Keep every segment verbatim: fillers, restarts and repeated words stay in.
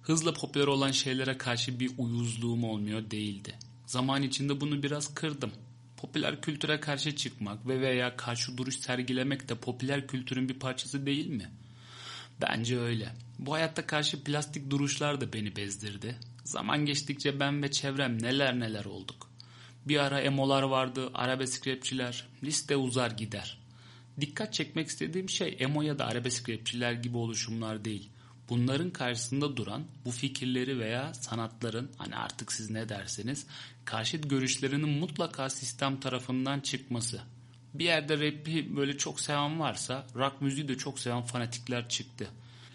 Hızla popüler olan şeylere karşı bir uyuzluğum olmuyor değildi. Zaman içinde bunu biraz kırdım. Popüler kültüre karşı çıkmak ve veya karşı duruş sergilemek de popüler kültürün bir parçası değil mi? Bence öyle. Bu hayatta karşı plastik duruşlar da beni bezdirdi. Zaman geçtikçe ben ve çevrem neler neler olduk. Bir ara emolar vardı, arabesk rapçiler, liste uzar gider. Dikkat çekmek istediğim şey emo ya da arabesk rapçiler gibi oluşumlar değil. Bunların karşısında duran bu fikirleri veya sanatların, hani artık siz ne derseniz, karşıt görüşlerinin mutlaka sistem tarafından çıkması. Bir yerde rap'i böyle çok seven varsa rock müziği de çok seven fanatikler çıktı.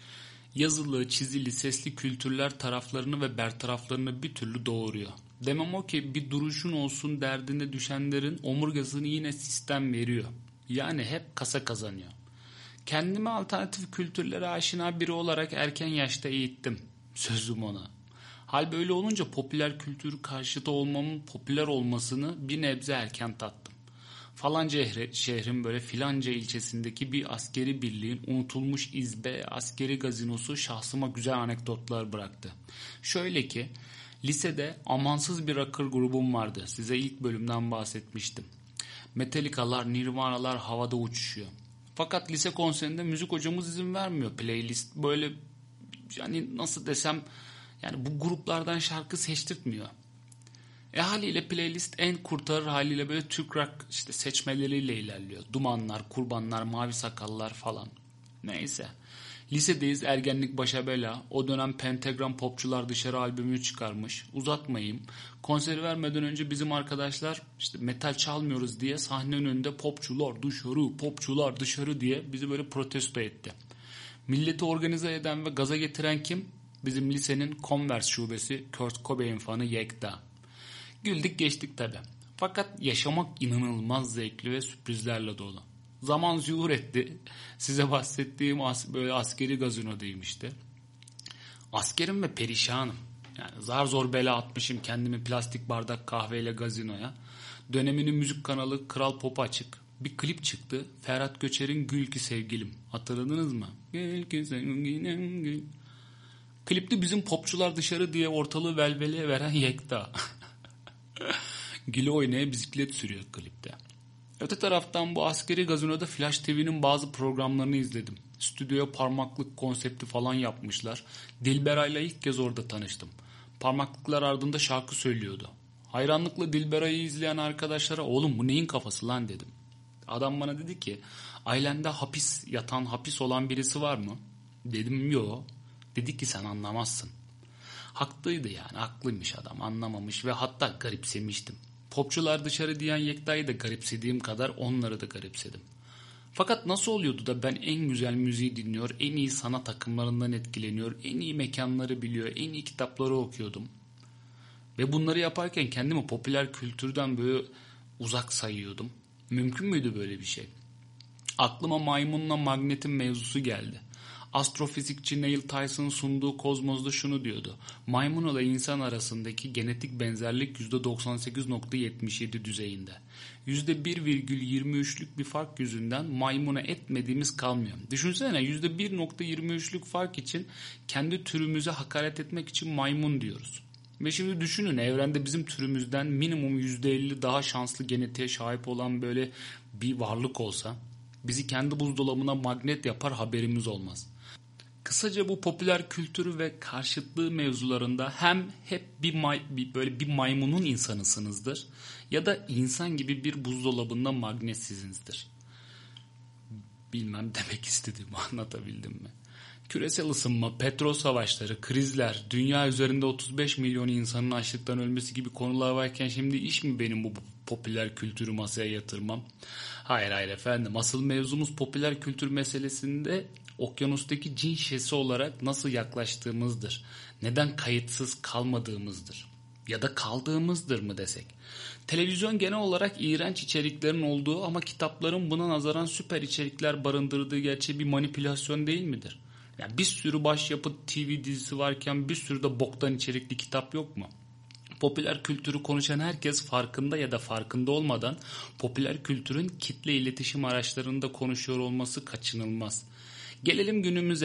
Yazılı, çizili, sesli kültürler taraflarını ve bertaraflarını bir türlü doğuruyor. Demem o ki bir duruşun olsun derdine düşenlerin omurgasını yine sistem veriyor. Yani hep kasa kazanıyor. Kendimi alternatif kültürlere aşina biri olarak erken yaşta eğittim. Sözüm ona. Hal böyle olunca popüler kültür karşıtı olmamın popüler olmasını bir nebze erken tattım. Falanca şehrin böyle filanca ilçesindeki bir askeri birliğin unutulmuş izbe askeri gazinosu şahsıma güzel anekdotlar bıraktı. Şöyle ki lisede amansız bir rocker grubum vardı. Size ilk bölümden bahsetmiştim. Metallica'lar, Nirvana'lar havada uçuşuyor. Fakat lise konserinde müzik hocamız izin vermiyor. Playlist böyle, yani nasıl desem, yani bu gruplardan şarkı seçtirtmiyor. E haliyle playlist en kurtarır haliyle böyle Türk rock işte seçmeleriyle ilerliyor. Dumanlar, Kurbanlar, Mavi Sakallar falan. Neyse. Lisedeyiz, ergenlik başa bela. O dönem Pentagram Popçular Dışarı albümünü çıkarmış. Uzatmayayım. Konseri vermeden önce bizim arkadaşlar işte metal çalmıyoruz diye sahne önünde popçular dışarı, popçular dışarı diye bizi böyle protesto etti. Milleti organize eden ve gaza getiren kim? Bizim lisenin Converse şubesi Kurt Cobain fanı Yekta. Güldük geçtik tabi. Fakat yaşamak inanılmaz zevkli ve sürprizlerle dolu. Zaman zuhur etti. Size bahsettiğim as böyle askeri gazinodayım işte. Askerim ve perişanım. Yani zar zor bela atmışım kendimi plastik bardak kahveyle gazinoya. Döneminin müzik kanalı Kral Pop açık. Bir klip çıktı. Ferhat Göçer'in Gül Ki Sevgilim. Hatırladınız mı? Gül ki sevgilim gül. Klipte bizim popçular dışarı diye ortalığı velveleye veren Yekta. Gülü oynaya bisiklet sürüyor klipte. Öte taraftan bu askeri gazinoda Flash T V'nin bazı programlarını izledim. Stüdyoya parmaklık konsepti falan yapmışlar. Dilberay'la ilk kez orada tanıştım. Parmaklıklar ardında şarkı söylüyordu. Hayranlıkla Dilberay'ı izleyen arkadaşlara oğlum bu neyin kafası lan dedim. Adam bana dedi ki ailende hapis yatan hapis olan birisi var mı? Dedim yo. Dedi ki sen anlamazsın. Haklıydı yani, haklıymış adam, anlamamış ve hatta garipsemiştim. Popçular dışarı diyen Yekta'yı da garipsediğim kadar onları da garipsedim. Fakat nasıl oluyordu da ben en güzel müziği dinliyor, en iyi sanat akımlarından etkileniyor, en iyi mekanları biliyor, en iyi kitapları okuyordum. Ve bunları yaparken kendimi popüler kültürden böyle uzak sayıyordum. Mümkün müydü böyle bir şey? Aklıma maymunla magnetin mevzusu geldi. Astrofizikçi Neil Tyson'ın sunduğu Kozmos'da şunu diyordu. Maymun ile insan arasındaki genetik benzerlik yüzde doksan sekiz virgül yetmiş yedi düzeyinde. yüzde bir virgül yirmi üçlük bir fark yüzünden maymuna etmediğimiz kalmıyor. Düşünsene yüzde bir virgül yirmi üçlük fark için kendi türümüze hakaret etmek için maymun diyoruz. Ve şimdi düşünün, evrende bizim türümüzden minimum yüzde elli daha şanslı genetiğe sahip olan böyle bir varlık olsa bizi kendi buzdolabına magnet yapar, haberimiz olmaz. Kısaca bu popüler kültürü ve karşıtlığı mevzularında hem hep bir, may, bir böyle bir maymunun insanısınızdır ya da insan gibi bir buzdolabında magnetsizsizdir. Bilmem demek istediğimi anlatabildim mi? Küresel ısınma, petrol savaşları, krizler, dünya üzerinde otuz beş milyon insanın açlıktan ölmesi gibi konular varken şimdi iş mi benim bu popüler kültürü masaya yatırmam? Hayır hayır efendim, asıl mevzumuz popüler kültür meselesinde okyanustaki cin şişesi olarak nasıl yaklaştığımızdır. Neden kayıtsız kalmadığımızdır. Ya da kaldığımızdır mı desek. Televizyon genel olarak iğrenç içeriklerin olduğu ama kitapların buna nazaran süper içerikler barındırdığı gerçeği bir manipülasyon değil midir? Yani bir sürü başyapıt T V dizisi varken bir sürü de boktan içerikli kitap yok mu? Popüler kültürü konuşan herkes farkında ya da farkında olmadan popüler kültürün kitle iletişim araçlarında konuşuyor olması kaçınılmaz. Gelelim günümüze.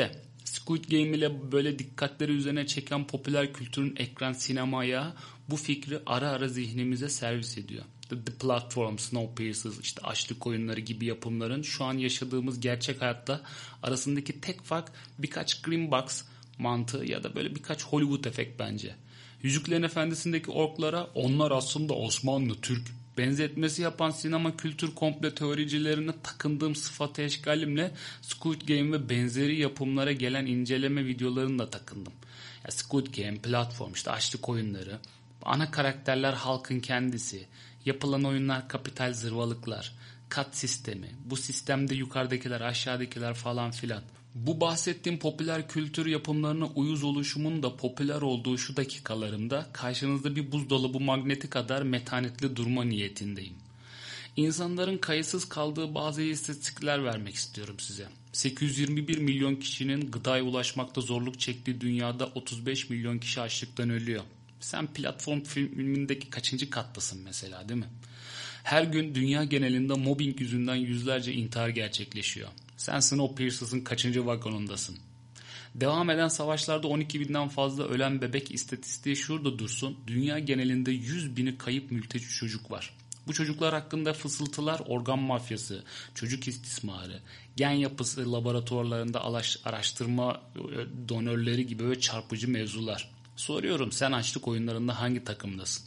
Squid Game ile böyle dikkatleri üzerine çeken popüler kültürün ekran sinemaya bu fikri ara ara zihnimize servis ediyor. The, The Platform, Snowpiercer, işte Açlık Oyunları gibi yapımların şu an yaşadığımız gerçek hayatta arasındaki tek fark birkaç Green Box mantığı ya da böyle birkaç Hollywood efekt bence. Yüzüklerin Efendisi'ndeki orklara onlar aslında Osmanlı, Türk benzetmesi yapan sinema kültür komple teoricilerine takındığım sıfatı eşgalimle Squid Game ve benzeri yapımlara gelen inceleme videolarını da takındım. Ya Squid Game, Platform, işte Açlık Oyunları, ana karakterler halkın kendisi, yapılan oyunlar kapital zırvalıklar, kat sistemi, bu sistemde yukarıdakiler aşağıdakiler falan filan. Bu bahsettiğim popüler kültür yapımlarına uyuz oluşumun da popüler olduğu şu dakikalarımda karşınızda bir buzdolabı magneti kadar metanetli durma niyetindeyim. İnsanların kayıtsız kaldığı bazı istatistikler vermek istiyorum size. sekiz yüz yirmi bir milyon kişinin gıdaya ulaşmakta zorluk çektiği dünyada otuz beş milyon kişi açlıktan ölüyor. Sen Platform filmindeki kaçıncı kattasın mesela, değil mi? Her gün dünya genelinde mobbing yüzünden yüzlerce intihar gerçekleşiyor. Sen Snowpiercer'ın kaçıncı vagonundasın? Devam eden savaşlarda on iki binden fazla ölen bebek istatistiği şurada dursun. Dünya genelinde yüz bini kayıp mülteci çocuk var. Bu çocuklar hakkında fısıltılar organ mafyası, çocuk istismarı, gen yapısı laboratuvarlarında araştırma donörleri gibi böyle çarpıcı mevzular. Soruyorum, sen Açlık Oyunlarında hangi takımdasın?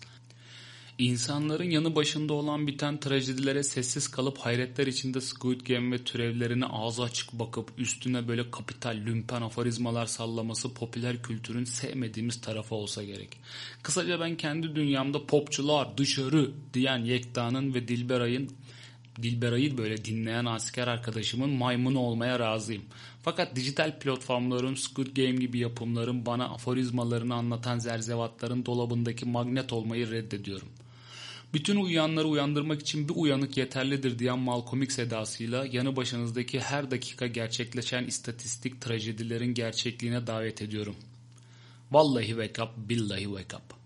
İnsanların yanı başında olan biten trajedilere sessiz kalıp hayretler içinde Squid Game ve türevlerine ağzı açık bakıp üstüne böyle kapital lümpen aforizmalar sallaması popüler kültürün sevmediğimiz tarafı olsa gerek. Kısaca ben kendi dünyamda popçular dışarı diyen Yekta'nın ve Dilberay'ın Dilberay'ı böyle dinleyen asker arkadaşımın maymunu olmaya razıyım. Fakat dijital platformların, Squid Game gibi yapımların bana aforizmalarını anlatan zerzevatların dolabındaki magnet olmayı reddediyorum. Bütün uyuyanları uyandırmak için bir uyanık yeterlidir diyen Malcolm X edasıyla yanı başınızdaki her dakika gerçekleşen istatistik trajedilerin gerçekliğine davet ediyorum. Vallahi wake up, billahi wake up.